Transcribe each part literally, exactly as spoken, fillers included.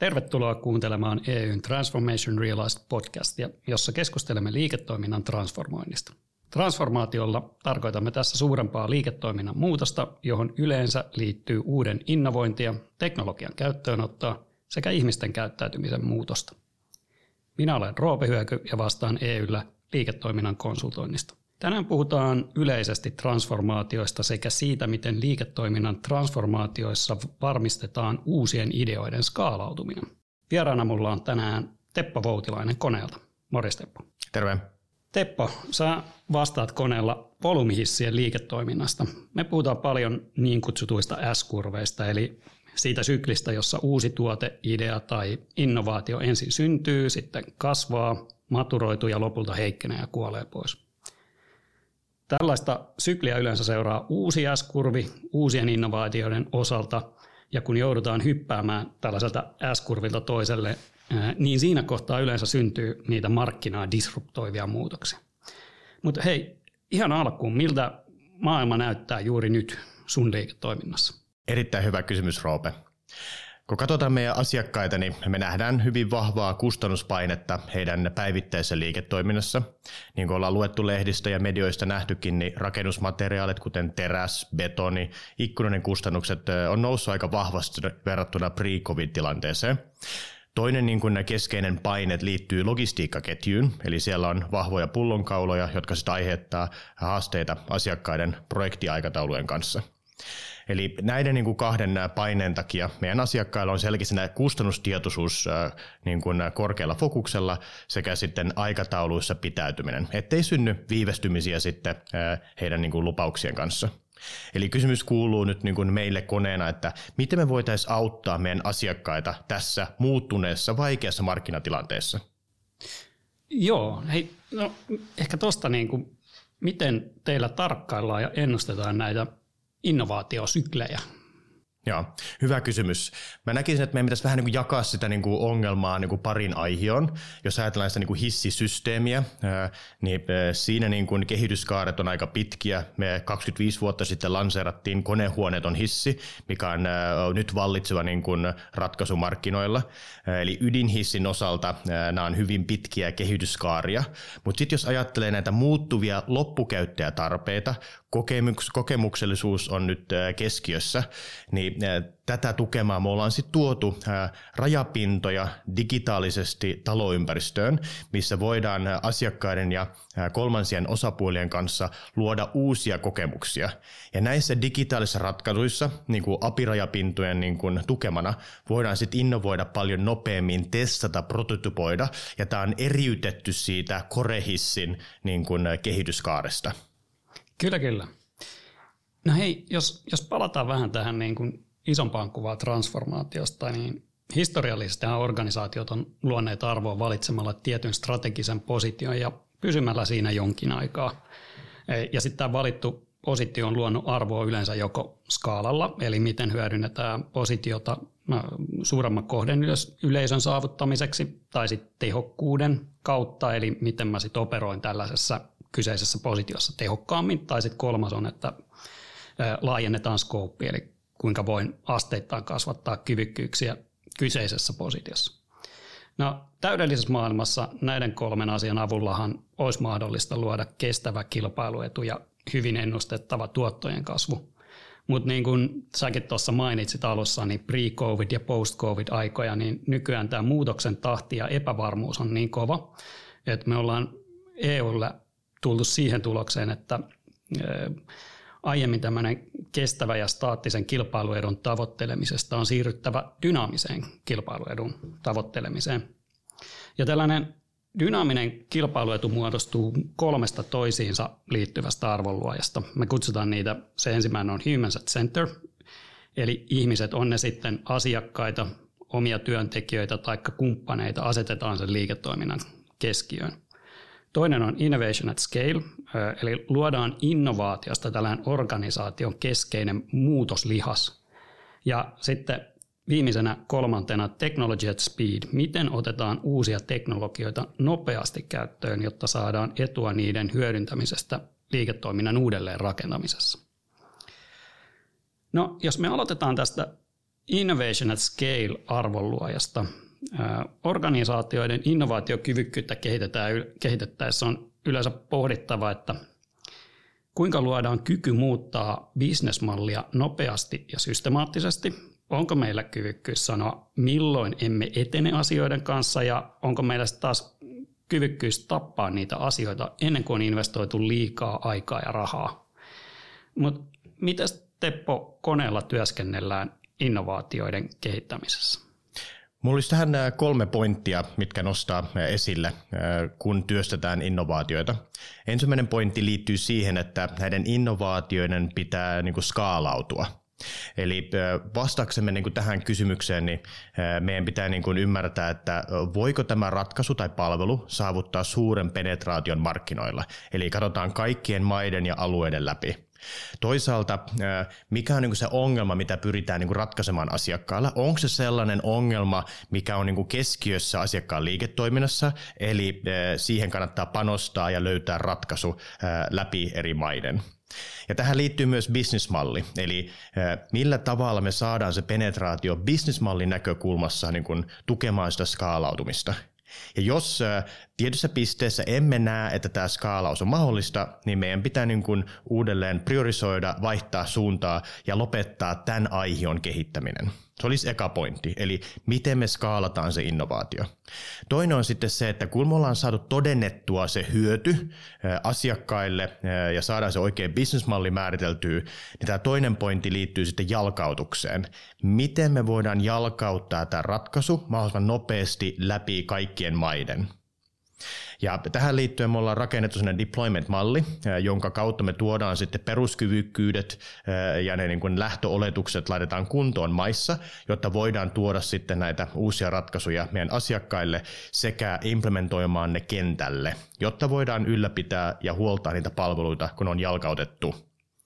Tervetuloa kuuntelemaan E U:n Transformation Realized podcastia, jossa keskustelemme liiketoiminnan transformoinnista. Transformaatiolla tarkoitamme tässä suurempaa liiketoiminnan muutosta, johon yleensä liittyy uuden innovointia, teknologian käyttöönottoa sekä ihmisten käyttäytymisen muutosta. Minä olen Roope Hyöky ja vastaan E U:llä liiketoiminnan konsultoinnista. Tänään puhutaan yleisesti transformaatioista sekä siitä, miten liiketoiminnan transformaatioissa varmistetaan uusien ideoiden skaalautuminen. Vieraana mulla on tänään Teppo Voutilainen Koneelta. Morjes Teppo. Terve. Teppo, sä vastaat Koneella volyymihissien liiketoiminnasta. Me puhutaan paljon niin kutsutuista S-kurveista, eli siitä syklistä, jossa uusi tuote, idea tai innovaatio ensin syntyy, sitten kasvaa, maturoituu ja lopulta heikkenee ja kuolee pois. Tällaista sykliä yleensä seuraa uusi S-kurvi uusien innovaatioiden osalta, ja kun joudutaan hyppäämään tällaiselta S-kurvilta toiselle, niin siinä kohtaa yleensä syntyy niitä markkinaa disruptoivia muutoksia. Mutta hei, ihan alkuun, miltä maailma näyttää juuri nyt sun liiketoiminnassa? Erittäin hyvä kysymys, Roope. Kun katsotaan meidän asiakkaita, niin me nähdään hyvin vahvaa kustannuspainetta heidän päivittäisessä liiketoiminnassa. Niin kuin ollaan luettu lehdistä ja medioista nähtykin, niin rakennusmateriaalit, kuten teräs, betoni, ikkunoiden kustannukset on noussut aika vahvasti verrattuna pre-covid-tilanteeseen. Toinen niin kuin keskeinen paine liittyy logistiikkaketjuun, eli siellä on vahvoja pullonkauloja, jotka sitten aiheuttaa haasteita asiakkaiden projektiaikataulujen kanssa. Eli näiden niin kuin kahden paineen takia meidän asiakkailla on selkeästi kustannustietoisuus niin kuin korkealla fokuksella sekä sitten aikatauluissa pitäytyminen, ettei synny viivästymisiä sitten heidän niin kuin lupauksien kanssa. Eli kysymys kuuluu nyt niin kuin meille koneena, että miten me voitaisiin auttaa meidän asiakkaita tässä muuttuneessa vaikeassa markkinatilanteessa? Joo, hei, no ehkä tuosta niin kuin, miten teillä tarkkaillaan ja ennustetaan näitä innovaatiosyklejä? Joo, hyvä kysymys. Mä näkisin, että meidän pitäisi vähän niin kuin jakaa sitä niin kuin ongelmaa niin kuin parin aihioon. Jos ajatellaan sitä niin kuin hissisysteemiä, niin siinä niin kuin kehityskaaret on aika pitkiä. Me kaksikymmentäviisi vuotta sitten lanseerattiin konehuoneeton hissi, mikä on nyt vallitseva niin kuin ratkaisu markkinoilla. Eli ydinhissin osalta nämä on hyvin pitkiä kehityskaaria. Mutta sitten jos ajattelee näitä muuttuvia loppukäyttäjätarpeita, kokemuks- kokemuksellisuus on nyt keskiössä, niin tätä tukemaan me ollaan sitten tuotu rajapintoja digitaalisesti taloympäristöön, missä voidaan asiakkaiden ja kolmansien osapuolien kanssa luoda uusia kokemuksia. Ja näissä digitaalisissa ratkaisuissa, niin kuin A P I-rajapintojen niin kuin tukemana, voidaan sitten innovoida paljon nopeammin, testata, prototypoida, ja tämä on eriytetty siitä korehissin niin kuin kehityskaaresta. Kyllä, kyllä. No hei, jos, jos palataan vähän tähän niin kuin isompaan kuvaan transformaatiosta, niin historiallisesti organisaatiot on luonneet arvoa valitsemalla tietyn strategisen position ja pysymällä siinä jonkin aikaa. Ja sitten tämä valittu positio on luonut arvoa yleensä joko skaalalla, eli miten hyödynnetään positiota suuremman kohden yleisön saavuttamiseksi, tai sitten tehokkuuden kautta, eli miten mä sitten operoin tällaisessa kyseisessä positiossa tehokkaammin, tai sitten kolmas on, että laajennetaan skooppia, eli kuinka voin asteittain kasvattaa kyvykkyyksiä kyseisessä positiossa. No, täydellisessä maailmassa näiden kolmen asian avullahan olisi mahdollista luoda kestävä kilpailuetu ja hyvin ennustettava tuottojen kasvu. Mutta niin kuin säkin tuossa mainitsit alussa, niin pre-covid ja post-covid-aikoja, niin nykyään tämä muutoksen tahti ja epävarmuus on niin kova, että me ollaan E U:lla tultu siihen tulokseen, että aiemmin tämmöinen kestävä ja staattisen kilpailuedun tavoittelemisesta on siirryttävä dynaamiseen kilpailuedun tavoittelemiseen. Ja tällainen dynaaminen kilpailuetu muodostuu kolmesta toisiinsa liittyvästä arvonluojasta. Me kutsutaan niitä, se ensimmäinen on Humans at Center, eli ihmiset, on ne sitten asiakkaita, omia työntekijöitä tai kumppaneita, asetetaan sen liiketoiminnan keskiöön. Toinen on Innovation at Scale, eli luodaan innovaatiosta tällainen organisaation keskeinen muutoslihas. Ja sitten viimeisenä kolmantena Technology at Speed, miten otetaan uusia teknologioita nopeasti käyttöön, jotta saadaan etua niiden hyödyntämisestä liiketoiminnan uudelleen rakentamisessa. No, jos me aloitetaan tästä Innovation at Scale-arvonluojasta. Organisaatioiden innovaatiokyvykkyyttä kehitetään, kehitettäessä on yleensä pohdittava, että kuinka luodaan kyky muuttaa bisnesmallia nopeasti ja systemaattisesti. Onko meillä kyvykkyys sanoa, milloin emme etene asioiden kanssa, ja onko meillä taas kyvykkyys tappaa niitä asioita ennen kuin on investoitu liikaa aikaa ja rahaa. Mutta miten Teppo koneella työskennellään innovaatioiden kehittämisessä? Mulla olisi tähän kolme pointtia, mitkä nostaa esille, kun työstetään innovaatioita. Ensimmäinen pointti liittyy siihen, että näiden innovaatioiden pitää niin kuin skaalautua. Eli vastaaksemme niin kuin tähän kysymykseen, niin meidän pitää niin kuin ymmärtää, että voiko tämä ratkaisu tai palvelu saavuttaa suuren penetraation markkinoilla. Eli katsotaan kaikkien maiden ja alueiden läpi. Toisaalta, mikä on niin kuin se ongelma, mitä pyritään niin kuin ratkaisemaan asiakkaalla? Onko se sellainen ongelma, mikä on niin kuin keskiössä asiakkaan liiketoiminnassa, eli siihen kannattaa panostaa ja löytää ratkaisu läpi eri maiden? Ja tähän liittyy myös businessmalli, eli millä tavalla me saadaan se penetraatio businessmallin näkökulmassa niin kuin tukemaan sitä skaalautumista. Ja jos tietyssä pisteessä emme näe, että tämä skaalaus on mahdollista, niin meidän pitää niin kuin uudelleen priorisoida, vaihtaa suuntaa ja lopettaa tämän aihion kehittäminen. Se olisi eka pointti, eli miten me skaalataan se innovaatio. Toinen on sitten se, että kun me ollaan saatu todennettua se hyöty asiakkaille ja saadaan se oikein businessmalli määriteltyä, niin tämä toinen pointti liittyy sitten jalkautukseen. Miten me voidaan jalkauttaa tämä ratkaisu mahdollisimman nopeasti läpi kaikkien maiden. Ja tähän liittyen me ollaan rakennettu sellainen deployment-malli, jonka kautta me tuodaan sitten peruskyvykkyydet ja ne niin kuin lähtöoletukset laitetaan kuntoon maissa, jotta voidaan tuoda sitten näitä uusia ratkaisuja meidän asiakkaille sekä implementoimaan ne kentälle, jotta voidaan ylläpitää ja huoltaa niitä palveluita, kun on jalkautettu.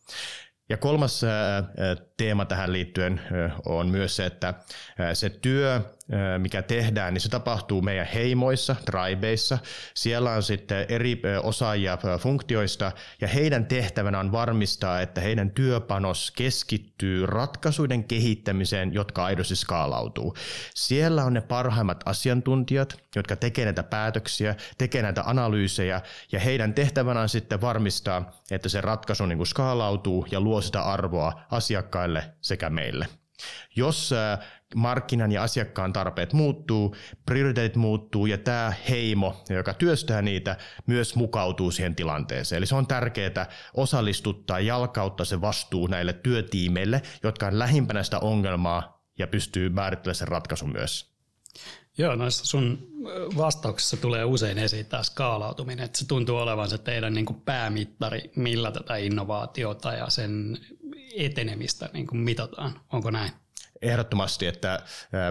Ja kolmas teema tähän liittyen on myös se, että se työ, mikä tehdään, niin se tapahtuu meidän heimoissa, tribeissa. Siellä on sitten eri osaajia funktioista ja heidän tehtävänä on varmistaa, että heidän työpanos keskittyy ratkaisuiden kehittämiseen, jotka aidosti skaalautuu. Siellä on ne parhaimmat asiantuntijat, jotka tekee näitä päätöksiä, tekee näitä analyysejä ja heidän tehtävänä on sitten varmistaa, että se ratkaisu niin kuin skaalautuu ja luo sitä arvoa asiakkaille sekä meille. Jos markkinan ja asiakkaan tarpeet muuttuu, prioriteetit muuttuu ja tämä heimo, joka työstää niitä, myös mukautuu siihen tilanteeseen. Eli se on tärkeää osallistuttaa, jalkauttaa se vastuu näille työtiimeille, jotka on lähimpänä sitä ongelmaa ja pystyy määrittelemään sen ratkaisun myös. Joo, noissa sun vastauksissa tulee usein esiin tämä skaalautuminen, että se tuntuu olevan se teidän niin kuin päämittari, millä tätä innovaatiota ja sen etenemistä niin kuin mitataan. Onko näin? Ehdottomasti, että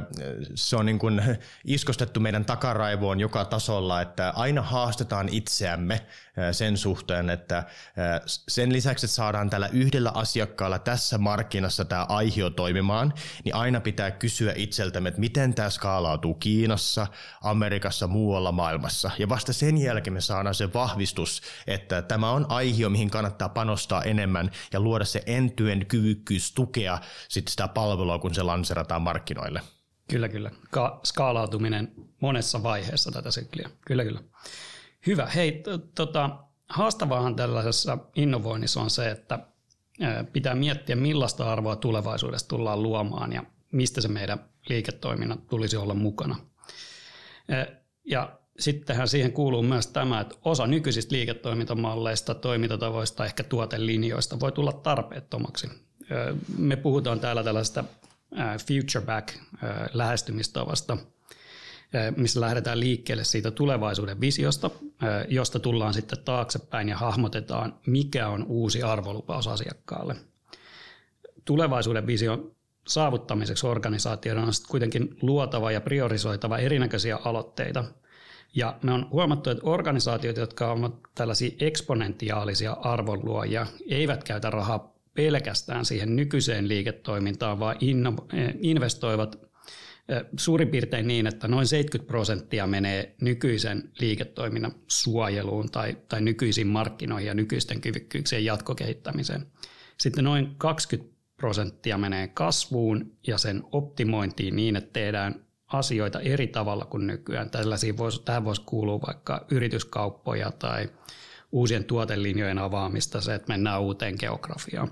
se on niin kuin iskostettu meidän takaraivoon joka tasolla, että aina haastetaan itseämme sen suhteen, että sen lisäksi, että saadaan tällä yhdellä asiakkaalla tässä markkinassa tämä aihio toimimaan, niin aina pitää kysyä itseltämme, että miten tämä skaalautuu Kiinassa, Amerikassa, muualla maailmassa. Ja vasta sen jälkeen me saadaan se vahvistus, että tämä on aihio, mihin kannattaa panostaa enemmän ja luoda se end-to-end kyvykkyys tukea sitten sitä palvelua, kun se lanserataan markkinoille. Kyllä, kyllä. Ka- skaalautuminen monessa vaiheessa tätä sykliä. Kyllä, kyllä. Hyvä. Hei, t- tota, haastavaahan tällaisessa innovoinnissa on se, että pitää miettiä, millaista arvoa tulevaisuudessa tullaan luomaan ja mistä se meidän liiketoiminnan tulisi olla mukana. Ja sittenhän siihen kuuluu myös tämä, että osa nykyisistä liiketoimintamalleista, toimintatavoista, ehkä tuotelinjoista voi tulla tarpeettomaksi. Me puhutaan täällä tällaista future back lähestymistavasta, missä lähdetään liikkeelle siitä tulevaisuuden visiosta, josta tullaan sitten taaksepäin ja hahmotetaan, mikä on uusi arvolupaus asiakkaalle. Tulevaisuuden vision saavuttamiseksi organisaatioiden on sitten kuitenkin luotava ja priorisoitava erinäköisiä aloitteita. Ja me on huomattu, että organisaatiot, jotka ovat tällaisia eksponentiaalisia arvonluojia, eivät käytä rahaa pelkästään siihen nykyiseen liiketoimintaan, vaan investoivat suurin piirtein niin, että noin seitsemänkymmentä prosenttia menee nykyisen liiketoiminnan suojeluun tai, tai nykyisiin markkinoihin ja nykyisten kyvykkyyksien jatkokehittämiseen. Sitten noin kaksikymmentä prosenttia menee kasvuun ja sen optimointiin niin, että tehdään asioita eri tavalla kuin nykyään. Tällaisia voisi, tähän voisi kuulua vaikka yrityskauppoja tai uusien tuotelinjojen avaamista, se, että mennään uuteen geografiaan.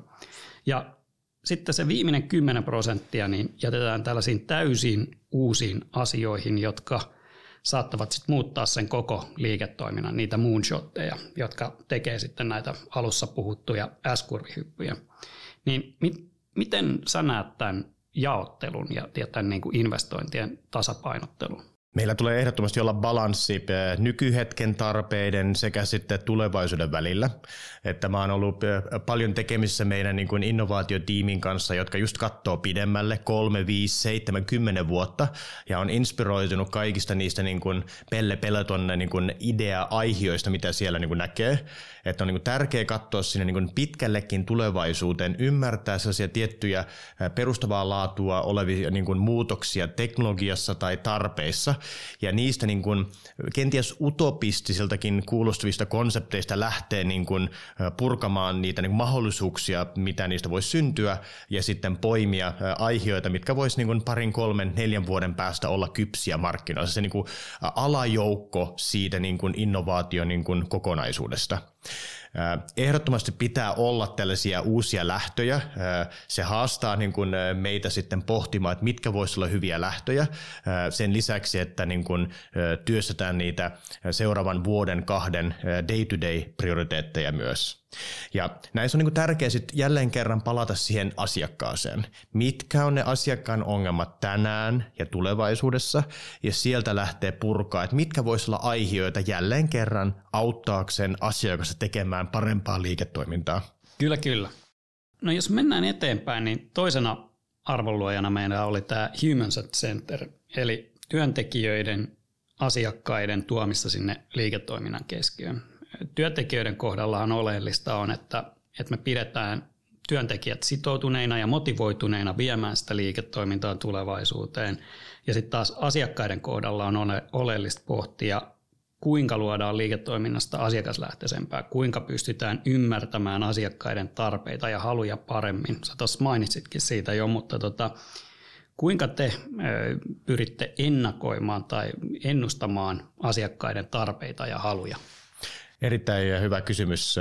Ja sitten se viimeinen kymmenen prosenttia niin jätetään tällaisiin täysin uusiin asioihin, jotka saattavat sitten muuttaa sen koko liiketoiminnan, niitä moonshotteja, jotka tekee sitten näitä alussa puhuttuja S-kurvihyppyjä. Niin mit, miten sä näet tämän jaottelun ja, ja tämän niin kuin investointien tasapainottelun? Meillä tulee ehdottomasti olla balanssi nykyhetken tarpeiden sekä sitten tulevaisuuden välillä. Että mä oon ollut paljon tekemisissä meidän niin kuin innovaatiotiimin kanssa, jotka just katsoo pidemmälle, kolme, viisi, seitsemän, kymmenen vuotta, ja on inspiroitunut kaikista niistä niin kuin Pelle Peloton niin kuin idea-aihioista, mitä siellä niin kuin näkee. Että on niin kuin tärkeää katsoa sinne niin kuin pitkällekin tulevaisuuteen, ymmärtää sellaisia tiettyjä perustavaa laatua olevia niin kuin muutoksia teknologiassa tai tarpeissa, ja niistä niin kuin kenties utopistisiltakin kuulostavista konsepteista lähtee niin kuin purkamaan niitä niin kuin mahdollisuuksia, mitä niistä voisi syntyä, ja sitten poimia aiheita, mitkä voisi niin kuin parin, kolmen, neljän vuoden päästä olla kypsiä markkinoilla. Se niin kuin alajoukko siitä niin kuin innovaation niin kuin kokonaisuudesta. Ehdottomasti pitää olla tällaisia uusia lähtöjä. Se haastaa niin kuin meitä sitten pohtimaan, että mitkä voisivat olla hyviä lähtöjä. Sen lisäksi, että niin kuin työstetään niitä seuraavan vuoden kahden day-to-day prioriteetteja myös. Ja näissä on niin kuin tärkeää sitten jälleen kerran palata siihen asiakkaaseen. Mitkä on ne asiakkaan ongelmat tänään ja tulevaisuudessa, ja sieltä lähtee purkaa, että mitkä voisi olla aiheita jälleen kerran auttaakseen asiakasta tekemään parempaa liiketoimintaa. Kyllä, kyllä. No jos mennään eteenpäin, niin toisena arvonluojana meillä oli tämä Human Center, eli työntekijöiden, asiakkaiden tuomista sinne liiketoiminnan keskiöön. Työntekijöiden kohdallahan oleellista on, että, että me pidetään työntekijät sitoutuneina ja motivoituneina viemään sitä liiketoimintaa tulevaisuuteen. Ja sitten taas asiakkaiden kohdalla on ole, oleellista pohtia, kuinka luodaan liiketoiminnasta asiakaslähtöisempää, kuinka pystytään ymmärtämään asiakkaiden tarpeita ja haluja paremmin. Sä tuossa mainitsitkin siitä jo, mutta tota, kuinka te pyritte ennakoimaan tai ennustamaan asiakkaiden tarpeita ja haluja? Erittäin hyvä kysymys.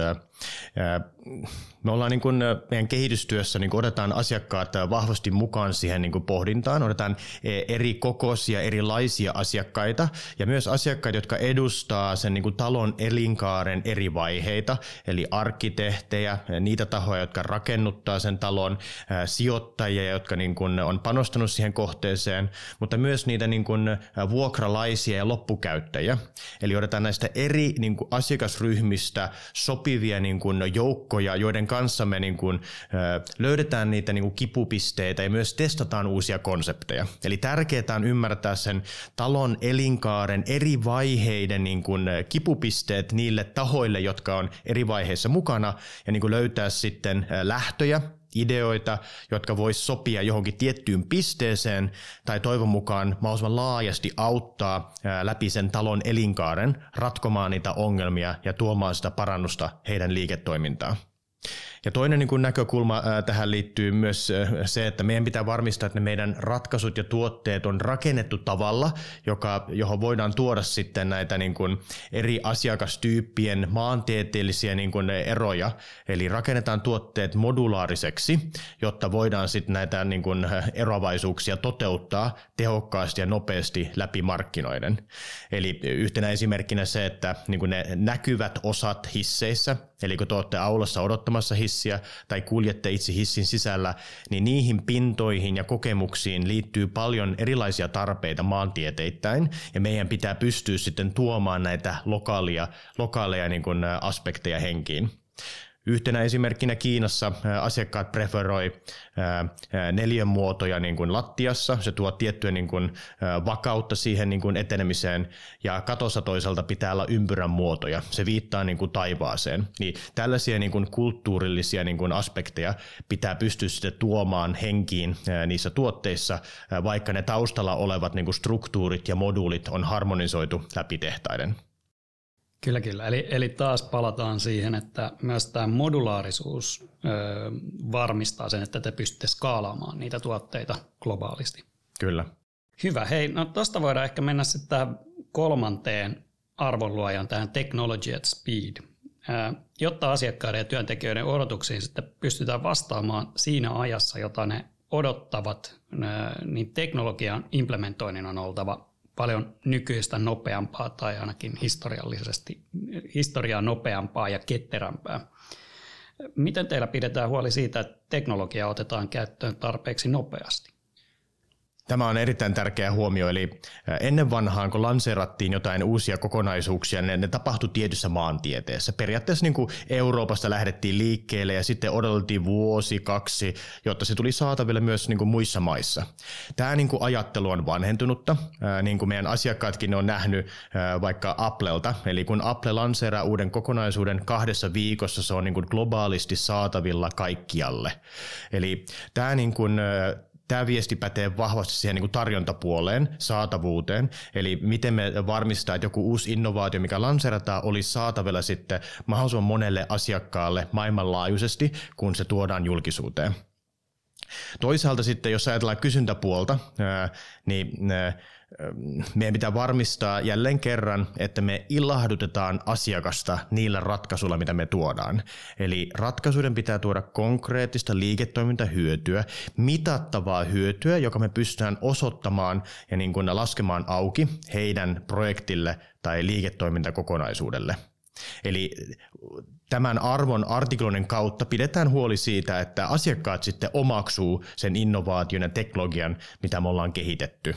Me ollaan niin kuin meidän kehitystyössä, niin kuin otetaan asiakkaat vahvasti mukaan siihen niin kuin pohdintaan, otetaan eri kokoisia, erilaisia asiakkaita ja myös asiakkaita, jotka edustaa sen niin kuin talon elinkaaren eri vaiheita, eli arkkitehtejä, niitä tahoja, jotka rakennuttaa sen talon, sijoittajia, jotka niin kuin on panostanut siihen kohteeseen, mutta myös niitä niin kuin vuokralaisia ja loppukäyttäjiä. Eli otetaan näistä eri niin kuin asiakasryhmistä sopivia niin kuin joukkoja, joiden kanssa me niin kuin, ö, löydetään niitä niin kuin kipupisteitä ja myös testataan uusia konsepteja. Eli tärkeää on ymmärtää sen talon elinkaaren eri vaiheiden niin kuin kipupisteet niille tahoille, jotka on eri vaiheissa mukana, ja niin kuin löytää sitten lähtöjä, ideoita, jotka vois sopia johonkin tiettyyn pisteeseen tai toivon mukaan mahdollisimman laajasti auttaa läpi sen talon elinkaaren ratkomaan niitä ongelmia ja tuomaan sitä parannusta heidän liiketoimintaan. Ja toinen niin kuin näkökulma tähän liittyy myös se, että meidän pitää varmistaa, että ne meidän ratkaisut ja tuotteet on rakennettu tavalla, joka, johon voidaan tuoda sitten näitä niin kuin eri asiakastyyppien maantieteellisiä niin kuin eroja. Eli rakennetaan tuotteet modulaariseksi, jotta voidaan sitten näitä niin kuin eroavaisuuksia toteuttaa tehokkaasti ja nopeasti läpi markkinoiden. Eli yhtenä esimerkkinä se, että niin kuin ne näkyvät osat hisseissä, eli kun te olette aulassa odottamassa hissiä tai kuljette itse hissin sisällä, niin niihin pintoihin ja kokemuksiin liittyy paljon erilaisia tarpeita maantieteittäin, ja meidän pitää pystyä sitten tuomaan näitä lokaalia, lokaaleja niin kuin aspekteja henkiin. Yhtenä esimerkkinä Kiinassa asiakkaat preferoi neliönmuotoja niin kuin lattiassa. Se tuo tiettyä niin kuin vakautta siihen niin kuin etenemiseen, ja katossa toisaalta pitää olla ympyrän muotoja. Se viittaa niin kuin taivaaseen. Niin tällaisia niin kuin kulttuurillisia niin kuin aspekteja pitää pystyä sitten tuomaan henkiin niissä tuotteissa, vaikka ne taustalla olevat niin kuin struktuurit ja moduulit on harmonisoitu läpi tehtaiden. Kyllä, kyllä. Eli, eli taas palataan siihen, että myös tämä modulaarisuus ö, varmistaa sen, että te pystytte skaalaamaan niitä tuotteita globaalisti. Kyllä. Hyvä. Hei, no tuosta voidaan ehkä mennä sitten tähän kolmanteen arvonluojan, tähän technology at speed. Ö, jotta asiakkaiden ja työntekijöiden odotuksiin sitten pystytään vastaamaan siinä ajassa, jota ne odottavat, ö, niin teknologian implementoinnin on oltava paljon nykyistä nopeampaa tai ainakin historiallisesti historiaa nopeampaa ja ketterämpää. Miten teillä pidetään huoli siitä, että teknologia otetaan käyttöön tarpeeksi nopeasti? Tämä on erittäin tärkeä huomio, eli ennen vanhaan, kun lanseerattiin jotain uusia kokonaisuuksia, ne, ne tapahtui tietyssä maantieteessä. Periaatteessa niin kuin Euroopasta lähdettiin liikkeelle ja sitten odoteltiin vuosi, kaksi, jotta se tuli saataville myös niin kuin muissa maissa. Tämä niin kuin ajattelu on vanhentunutta, niin kuin meidän asiakkaatkin on nähnyt vaikka Applelta. Eli kun Apple lanseeraa uuden kokonaisuuden kahdessa viikossa, se on niin kuin globaalisti saatavilla kaikkialle. Eli tämä niin kuin Tämä viesti pätee vahvasti siihen niin kuin tarjontapuoleen, saatavuuteen, eli miten me varmistaa, että joku uusi innovaatio, mikä lanseerataan, olisi saatavilla sitten mahdollisimman monelle asiakkaalle maailmanlaajuisesti, kun se tuodaan julkisuuteen. Toisaalta sitten, jos ajatellaan kysyntäpuolta, niin meidän pitää varmistaa jälleen kerran, että me ilahdutetaan asiakasta niillä ratkaisuilla, mitä me tuodaan. Eli ratkaisuiden pitää tuoda konkreettista liiketoimintahyötyä, mitattavaa hyötyä, joka me pystytään osoittamaan ja niin kuin laskemaan auki heidän projektille tai liiketoimintakokonaisuudelle. Eli tämän arvon artikloinnin kautta pidetään huoli siitä, että asiakkaat sitten omaksuu sen innovaation ja teknologian, mitä me ollaan kehitetty.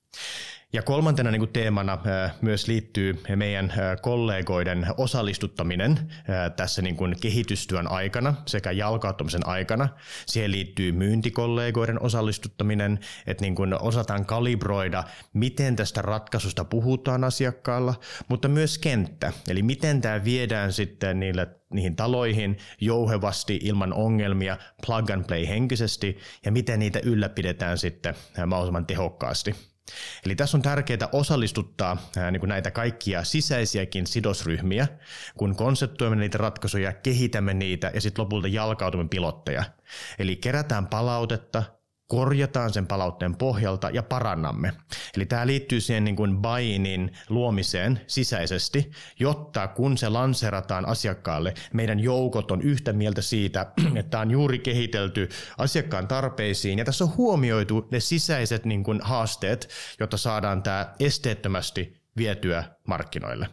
Ja kolmantena niin kuin teemana myös liittyy meidän kollegoiden osallistuttaminen tässä niin kuin kehitystyön aikana sekä jalkauttamisen aikana. Siihen liittyy myyntikollegoiden osallistuttaminen, että niin kuin osataan kalibroida, miten tästä ratkaisusta puhutaan asiakkaalla, mutta myös kenttä, eli miten tämä viedään sitten niille niihin taloihin jouhevasti ilman ongelmia, plug and play henkisesti ja miten niitä ylläpidetään sitten mahdollisimman tehokkaasti. Eli tässä on tärkeää osallistuttaa ää, niin kuin näitä kaikkia sisäisiäkin sidosryhmiä, kun konseptoimme niitä ratkaisuja, kehitämme niitä ja sitten lopulta jalkautumme pilotteja. Eli kerätään palautetta, korjataan sen palautteen pohjalta ja parannamme. Eli tämä liittyy siihen niin kuin buy-inin luomiseen sisäisesti, jotta kun se lanseerataan asiakkaalle, meidän joukot on yhtä mieltä siitä, että tämä on juuri kehitelty asiakkaan tarpeisiin ja tässä on huomioitu ne sisäiset niin kuin haasteet, jotta saadaan tämä esteettömästi vietyä markkinoille.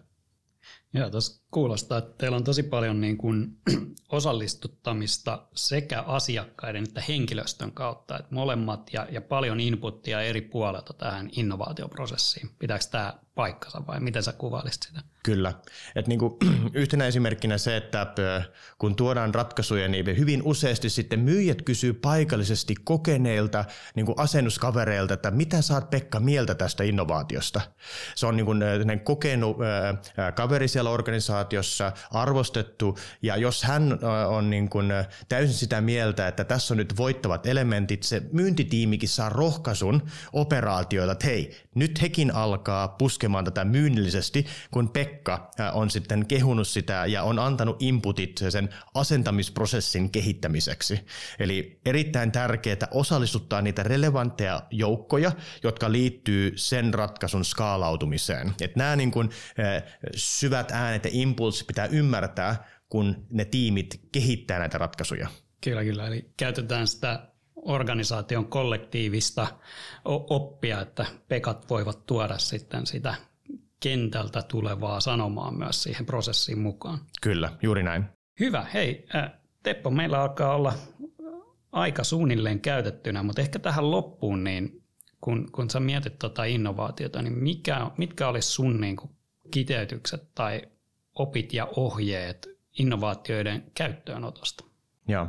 Joo, tuossa kuulostaa, että teillä on tosi paljon niin kuin osallistuttamista sekä asiakkaiden että henkilöstön kautta, että molemmat ja, ja paljon inputtia eri puolelta tähän innovaatioprosessiin. Pitääkö tämä paikkansa vai miten sä kuvailisit sitä? Kyllä. Et niin kuin yhtenä esimerkkinä se, että kun tuodaan ratkaisuja, niin hyvin useasti sitten myyjät kysyy paikallisesti kokeneilta niin kuin asennuskavereilta, että mitä sä oot Pekka mieltä tästä innovaatiosta. Se on niin kuin kokenut kaveri siellä organisaatiossa, arvostettu, ja jos hän on niin kuin täysin sitä mieltä, että tässä on nyt voittavat elementit, se myyntitiimikin saa rohkaisun operaatioilla, että hei, nyt hekin alkaa puskemaan tätä myynnillisesti, kun Pekka on sitten kehunut sitä ja on antanut inputit sen asentamisprosessin kehittämiseksi. Eli erittäin tärkeää osallistuttaa niitä relevantteja joukkoja, jotka liittyy sen ratkaisun skaalautumiseen. Että nämä niin kuin syvät äänet ja impulssit pitää ymmärtää, kun ne tiimit kehittää näitä ratkaisuja. Kyllä, kyllä. Eli käytetään sitä organisaation kollektiivista oppia, että pekat voivat tuoda sitten sitä kentältä tulevaa sanomaa myös siihen prosessiin mukaan. Kyllä, juuri näin. Hyvä. Hei, Teppo, meillä alkaa olla aika suunnilleen käytettynä, mutta ehkä tähän loppuun, niin kun, kun sä mietit tuota innovaatiota, niin mikä, mitkä olisi sun niin kuin kiteytykset tai opit ja ohjeet innovaatioiden käyttöönotosta? Joo.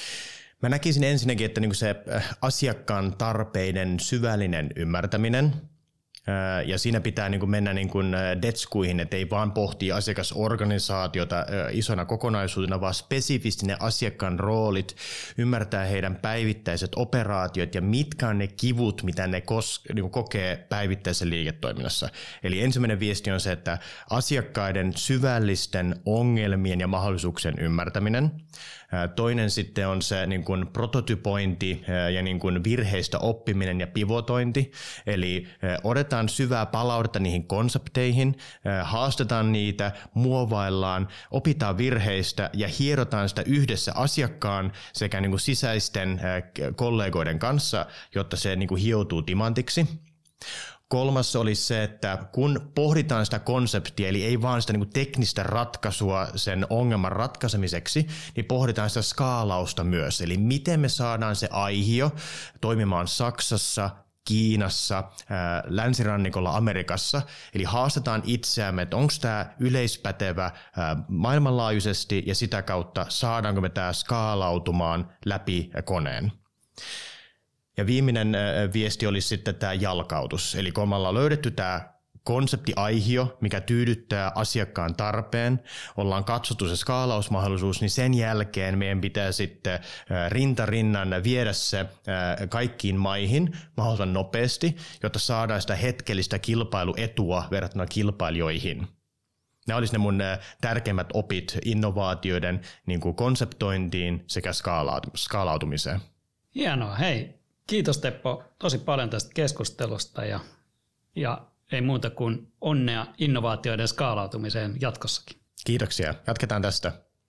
Mä näkisin ensinnäkin, että niinku se asiakkaan tarpeiden syvällinen ymmärtäminen, Ja siinä pitää niin kuin mennä niin kuin detskuihin, että ei vaan pohtia asiakasorganisaatiota isona kokonaisuutena, vaan spesifisti ne asiakkaan roolit, ymmärtää heidän päivittäiset operaatiot ja mitkä on ne kivut, mitä ne kos- niin kuin kokee päivittäisessä liiketoiminnassa. Eli ensimmäinen viesti on se, että asiakkaiden syvällisten ongelmien ja mahdollisuuksien ymmärtäminen. Toinen sitten on se niin kuin prototypointi ja niin kuin virheistä oppiminen ja pivotointi. Eli otetaan syvää palautetta niihin konsepteihin, haastetaan niitä, muovaillaan, opitaan virheistä ja hierotaan sitä yhdessä asiakkaan sekä niin kuin sisäisten kollegoiden kanssa, jotta se niin kuin hioutuu timantiksi. Kolmas oli se, että kun pohditaan sitä konseptia, eli ei vaan sitä niin kuin teknistä ratkaisua sen ongelman ratkaisemiseksi, niin pohditaan sitä skaalausta myös. Eli miten me saadaan se aihio toimimaan Saksassa, Kiinassa, ää, länsirannikolla, Amerikassa. Eli haastetaan itseämme, että onko tämä yleispätevä ää, maailmanlaajuisesti ja sitä kautta saadaanko me tämä skaalautumaan läpi koneen. Ja viimeinen viesti olisi sitten tämä jalkautus. Eli kun me ollaan löydetty tämä konseptiaihio, mikä tyydyttää asiakkaan tarpeen, ollaan katsottu se skaalausmahdollisuus, niin sen jälkeen meidän pitää sitten rinta rinnan viedä se kaikkiin maihin mahdollisimman nopeasti, jotta saadaan sitä hetkellistä kilpailuetua verrattuna kilpailijoihin. Nämä olisivat ne mun tärkeimmät opit innovaatioiden niin kuin konseptointiin sekä skaalautumiseen. Hienoa. Hei, kiitos Teppo tosi paljon tästä keskustelusta ja, ja ei muuta kuin onnea innovaatioiden skaalautumiseen jatkossakin. Kiitoksia. Jatketaan tästä.